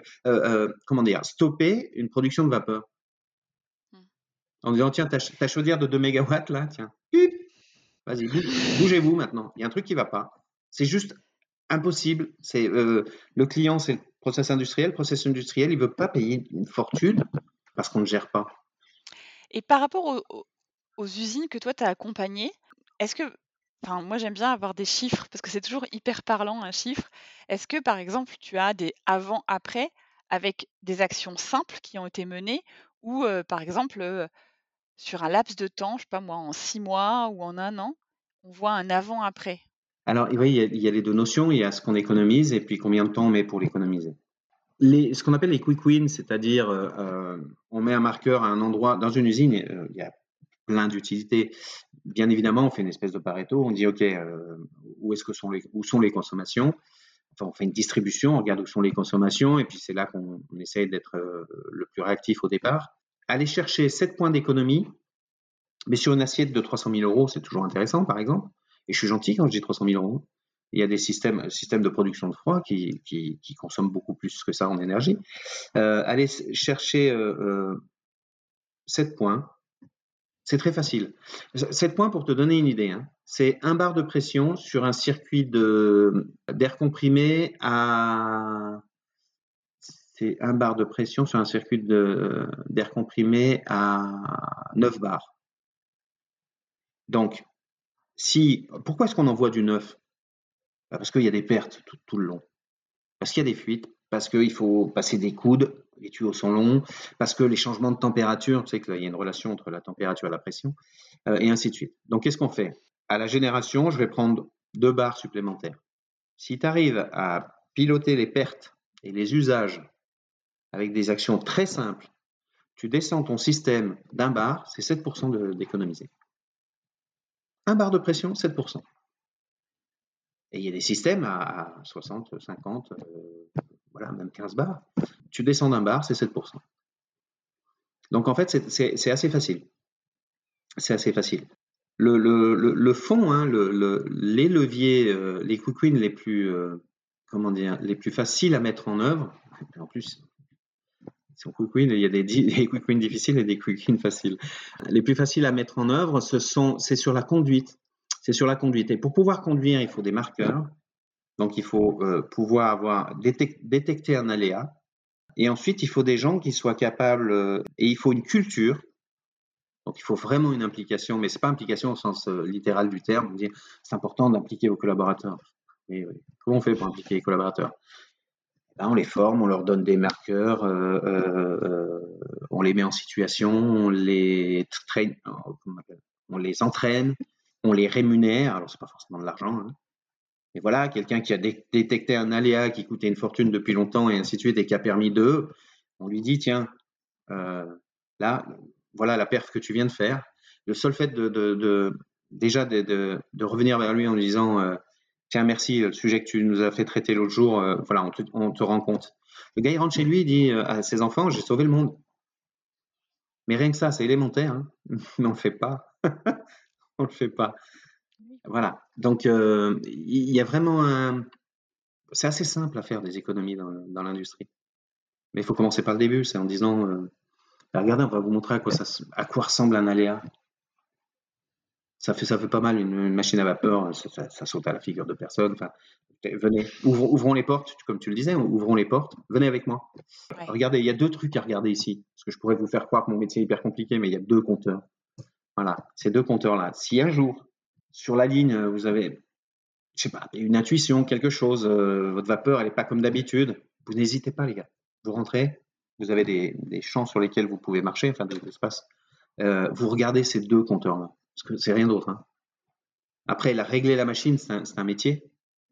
stopper une production de vapeur en disant, tiens, ta chaudière de 2 mégawatts, là, tiens, vas-y, bougez-vous maintenant, il y a un truc qui ne va pas. C'est juste impossible. Le client, c'est le process industriel. Le process industriel, il ne veut pas payer une fortune parce qu'on ne gère pas. Et par rapport aux usines que toi, tu as accompagnées, est-ce que, enfin, moi j'aime bien avoir des chiffres parce que c'est toujours hyper parlant un chiffre. Est-ce que par exemple, tu as des avant-après avec des actions simples qui ont été menées ou par exemple, sur un laps de temps, je sais pas moi, en 6 mois ou en 1 an, on voit un avant-après? Alors, oui, il y a les deux notions. Il y a ce qu'on économise et puis combien de temps on met pour l'économiser. Ce qu'on appelle les quick wins, c'est-à-dire on met un marqueur à un endroit dans une usine, il y a plein d'utilités. Bien évidemment, on fait une espèce de Pareto, on dit OK, où sont les consommations. Enfin, on fait une distribution, on regarde où sont les consommations et puis c'est là qu'on essaye d'être le plus réactif au départ. Aller chercher 7 points d'économie, mais sur une assiette de 300 000 euros, c'est toujours intéressant, par exemple. Et je suis gentil quand je dis 300 000 euros. Il y a des systèmes de production de froid qui consomment beaucoup plus que ça en énergie. Aller chercher 7 points, c'est très facile. 7 points, pour te donner une idée, hein, c'est 1 bar de pression sur un circuit d'air comprimé à... C'est 1 bar de pression sur un circuit d'air comprimé à 9 bars. Donc, pourquoi est-ce qu'on envoie du 9 ? Parce qu'il y a des pertes tout le long. Parce qu'il y a des fuites, parce qu'il faut passer des coudes, les tuyaux sont longs, parce que les changements de température, tu sais qu'il y a une relation entre la température et la pression, et ainsi de suite. Donc, qu'est-ce qu'on fait ? À la génération, je vais prendre 2 bars supplémentaires. Si tu arrives à piloter les pertes et les usages avec des actions très simples, tu descends ton système d'1 bar, c'est 7% d'économiser. 1 bar de pression, 7%. Et il y a des systèmes à 60, 50, voilà, même 15 bars. Tu descends d'1 bar, c'est 7%. Donc en fait, c'est assez facile. C'est assez facile. Le fond, hein, les leviers, les quick wins les plus faciles à mettre en œuvre. En plus, sur quick wins, il y a des quick wins difficiles et des quick wins faciles. Les plus faciles à mettre en œuvre, c'est sur la conduite. C'est sur la conduite. Et pour pouvoir conduire, il faut des marqueurs. Donc, il faut pouvoir détecter un aléa. Et ensuite, il faut des gens qui soient capables, et il faut une culture. Donc, il faut vraiment une implication, mais ce n'est pas implication au sens littéral du terme. On dit c'est important d'impliquer vos collaborateurs. Mais comment on fait pour impliquer les collaborateurs? On les forme, on leur donne des marqueurs, on les met en situation, on les entraîne, on les rémunère. Alors, ce n'est pas forcément de l'argent, hein. Et voilà, quelqu'un qui a détecté un aléa qui coûtait une fortune depuis longtemps et ainsi de suite et qui a permis on lui dit tiens, là, voilà la perf que tu viens de faire. Le seul fait de revenir vers lui en lui disant tiens, merci, le sujet que tu nous as fait traiter l'autre jour, voilà, on te rend compte. Le gars, il rentre chez lui, il dit à ses enfants, j'ai sauvé le monde. Mais rien que ça, c'est élémentaire, hein. Mais on ne le fait pas. On le fait pas. Voilà. Donc, il y a vraiment c'est assez simple à faire des économies dans l'industrie. Mais il faut commencer par le début, c'est en disant regardez, on va vous montrer à quoi ressemble un aléa. Ça fait pas mal une machine à vapeur, ça saute à la figure de personne. Enfin, venez, ouvrons les portes, comme tu le disais, ouvrons les portes, venez avec moi. Ouais. Regardez, il y a 2 trucs à regarder ici, parce que je pourrais vous faire croire que mon métier est hyper compliqué, mais il y a 2 compteurs. Voilà, ces 2 compteurs-là. Si un jour, sur la ligne, vous avez, je sais pas, une intuition, quelque chose, votre vapeur, elle n'est pas comme d'habitude, vous n'hésitez pas, les gars. Vous rentrez, vous avez des champs sur lesquels vous pouvez marcher, enfin des espaces. Vous regardez ces 2 compteurs-là. Parce que c'est rien d'autre. Hein. Après, régler la machine, c'est un métier.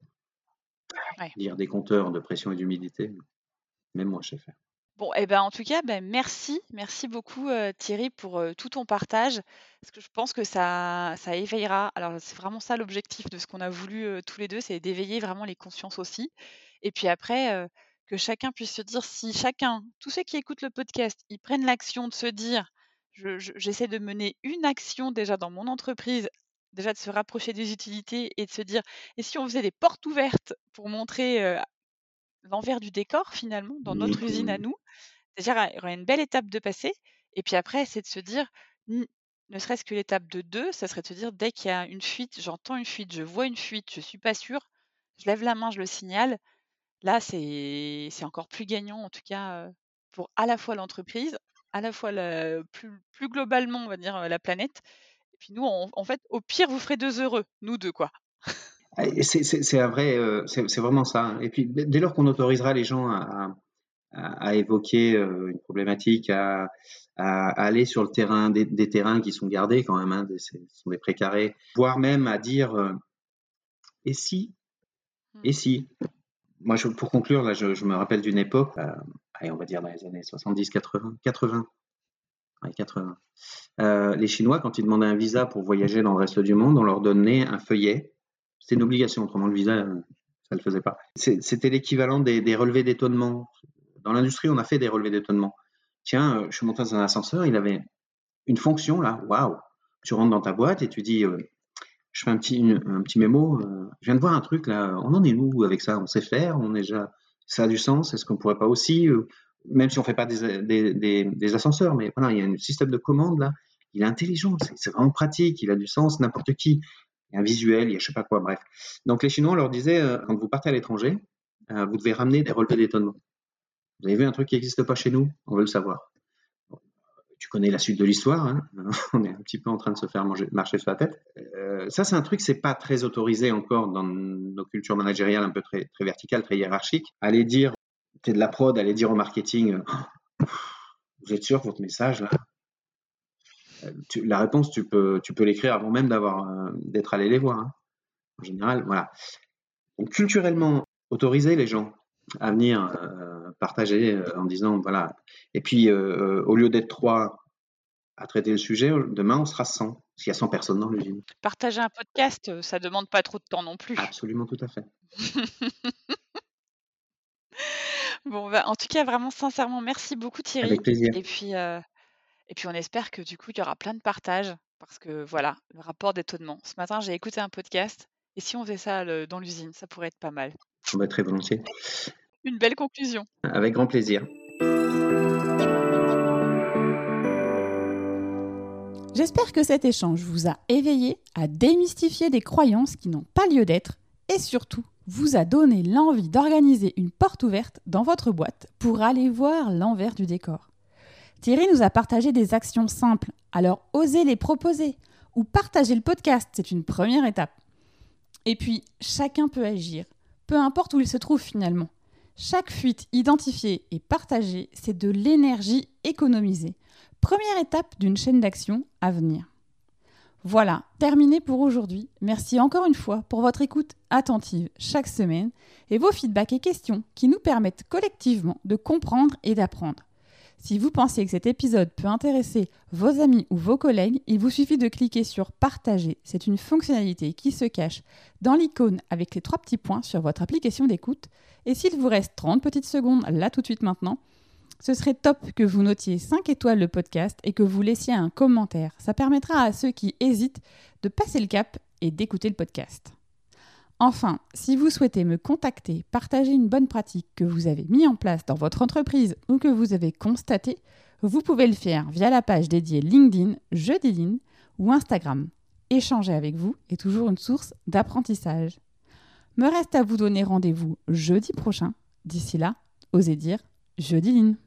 Ouais. Lire des compteurs de pression et d'humidité, même moi, je sais faire. Bon, en tout cas, merci beaucoup Thierry pour tout ton partage, parce que je pense que ça éveillera. Alors, c'est vraiment ça l'objectif de ce qu'on a voulu tous les deux, c'est d'éveiller vraiment les consciences aussi. Et puis après, que chacun puisse se dire, si tous ceux qui écoutent le podcast, ils prennent l'action de se dire, j'essaie de mener une action déjà dans mon entreprise, déjà de se rapprocher des utilités et de se dire, et si on faisait des portes ouvertes pour montrer l'envers du décor finalement dans notre usine à nous, c'est-à-dire il y aurait une belle étape de passer, et puis après c'est de se dire, ne serait-ce que l'étape de 2, ça serait de se dire, dès qu'il y a une fuite, j'entends une fuite, je vois une fuite, je suis pas sûre, je lève la main, je le signale. Là c'est encore plus gagnant en tout cas pour à la fois l'entreprise, à la fois plus globalement on va dire la planète, et puis nous en fait au pire vous ferez 2 heureux, nous 2 quoi. C'est un vrai, c'est vraiment ça. Et puis dès lors qu'on autorisera les gens à évoquer une problématique, à aller sur le terrain, des terrains qui sont gardés quand même, hein, ce sont des précarés, voire même à dire et si. Moi, pour conclure, là, je me rappelle d'une époque, on va dire dans les années 70, 80. Les Chinois, quand ils demandaient un visa pour voyager dans le reste du monde, on leur donnait un feuillet. C'était une obligation, autrement le visa, ça ne le faisait pas. C'était l'équivalent des relevés d'étonnement. Dans l'industrie, on a fait des relevés d'étonnement. Tiens, je suis monté dans un ascenseur, il avait une fonction là, waouh. Tu rentres dans ta boîte et tu dis, je fais un petit mémo, je viens de voir un truc là, on en est où avec ça? On sait faire, ça a du sens, est-ce qu'on pourrait pas aussi, même si on fait pas des ascenseurs, mais voilà, il y a un système de commande là, il est intelligent, c'est vraiment pratique, il a du sens, n'importe qui. Il y a un visuel, il y a je sais pas quoi, bref. Donc les Chinois, on leur disait, quand vous partez à l'étranger, vous devez ramener des relevés d'étonnement. Vous avez vu un truc qui n'existe pas chez nous? On veut le savoir. Bon, tu connais la suite de l'histoire, hein. On est un petit peu en train de se faire marcher sur la tête. Ça, c'est un truc, c'est pas très autorisé encore dans nos cultures managériales un peu très, très verticales, très hiérarchiques. Aller dire, c'est de la prod, aller dire au marketing, vous êtes sûr que votre message là, la réponse, tu peux l'écrire avant même d'être allé les voir. Hein. En général, voilà. Donc, culturellement, autoriser les gens à venir partager en disant, voilà. Et puis, au lieu d'être 3 à traiter le sujet, demain, on sera 100. Parce qu'il y a 100 personnes dans l'usine. Partager un podcast, ça demande pas trop de temps non plus. Absolument, tout à fait. Bon, en tout cas, vraiment, sincèrement, merci beaucoup Thierry. Avec plaisir. Et puis on espère que du coup, il y aura plein de partages, parce que voilà, le rapport d'étonnement. Ce matin, j'ai écouté un podcast, et si on faisait ça dans l'usine, ça pourrait être pas mal. On va très volontiers. Une belle conclusion. Avec grand plaisir. J'espère que cet échange vous a éveillé à démystifier des croyances qui n'ont pas lieu d'être, et surtout vous a donné l'envie d'organiser une porte ouverte dans votre boîte pour aller voir l'envers du décor. Thierry nous a partagé des actions simples Alors osez les proposer ou partager le podcast, c'est une première étape. Et puis, chacun peut agir, peu importe où il se trouve finalement. Chaque fuite identifiée et partagée, c'est de l'énergie économisée. Première étape d'une chaîne d'action à venir. Voilà, terminé pour aujourd'hui. Merci encore une fois pour votre écoute attentive chaque semaine et vos feedbacks et questions qui nous permettent collectivement de comprendre et d'apprendre. Si vous pensez que cet épisode peut intéresser vos amis ou vos collègues, il vous suffit de cliquer sur « Partager ». C'est une fonctionnalité qui se cache dans l'icône avec les 3 petits points sur votre application d'écoute. Et s'il vous reste 30 petites secondes, là tout de suite maintenant, ce serait top que vous notiez 5 étoiles le podcast et que vous laissiez un commentaire. Ça permettra à ceux qui hésitent de passer le cap et d'écouter le podcast. Enfin, si vous souhaitez me contacter, partager une bonne pratique que vous avez mis en place dans votre entreprise ou que vous avez constatée, vous pouvez le faire via la page dédiée LinkedIn, Jeudi-Line ou Instagram. Échanger avec vous est toujours une source d'apprentissage. Me reste à vous donner rendez-vous jeudi prochain. D'ici là, osez dire Jeudi-Line.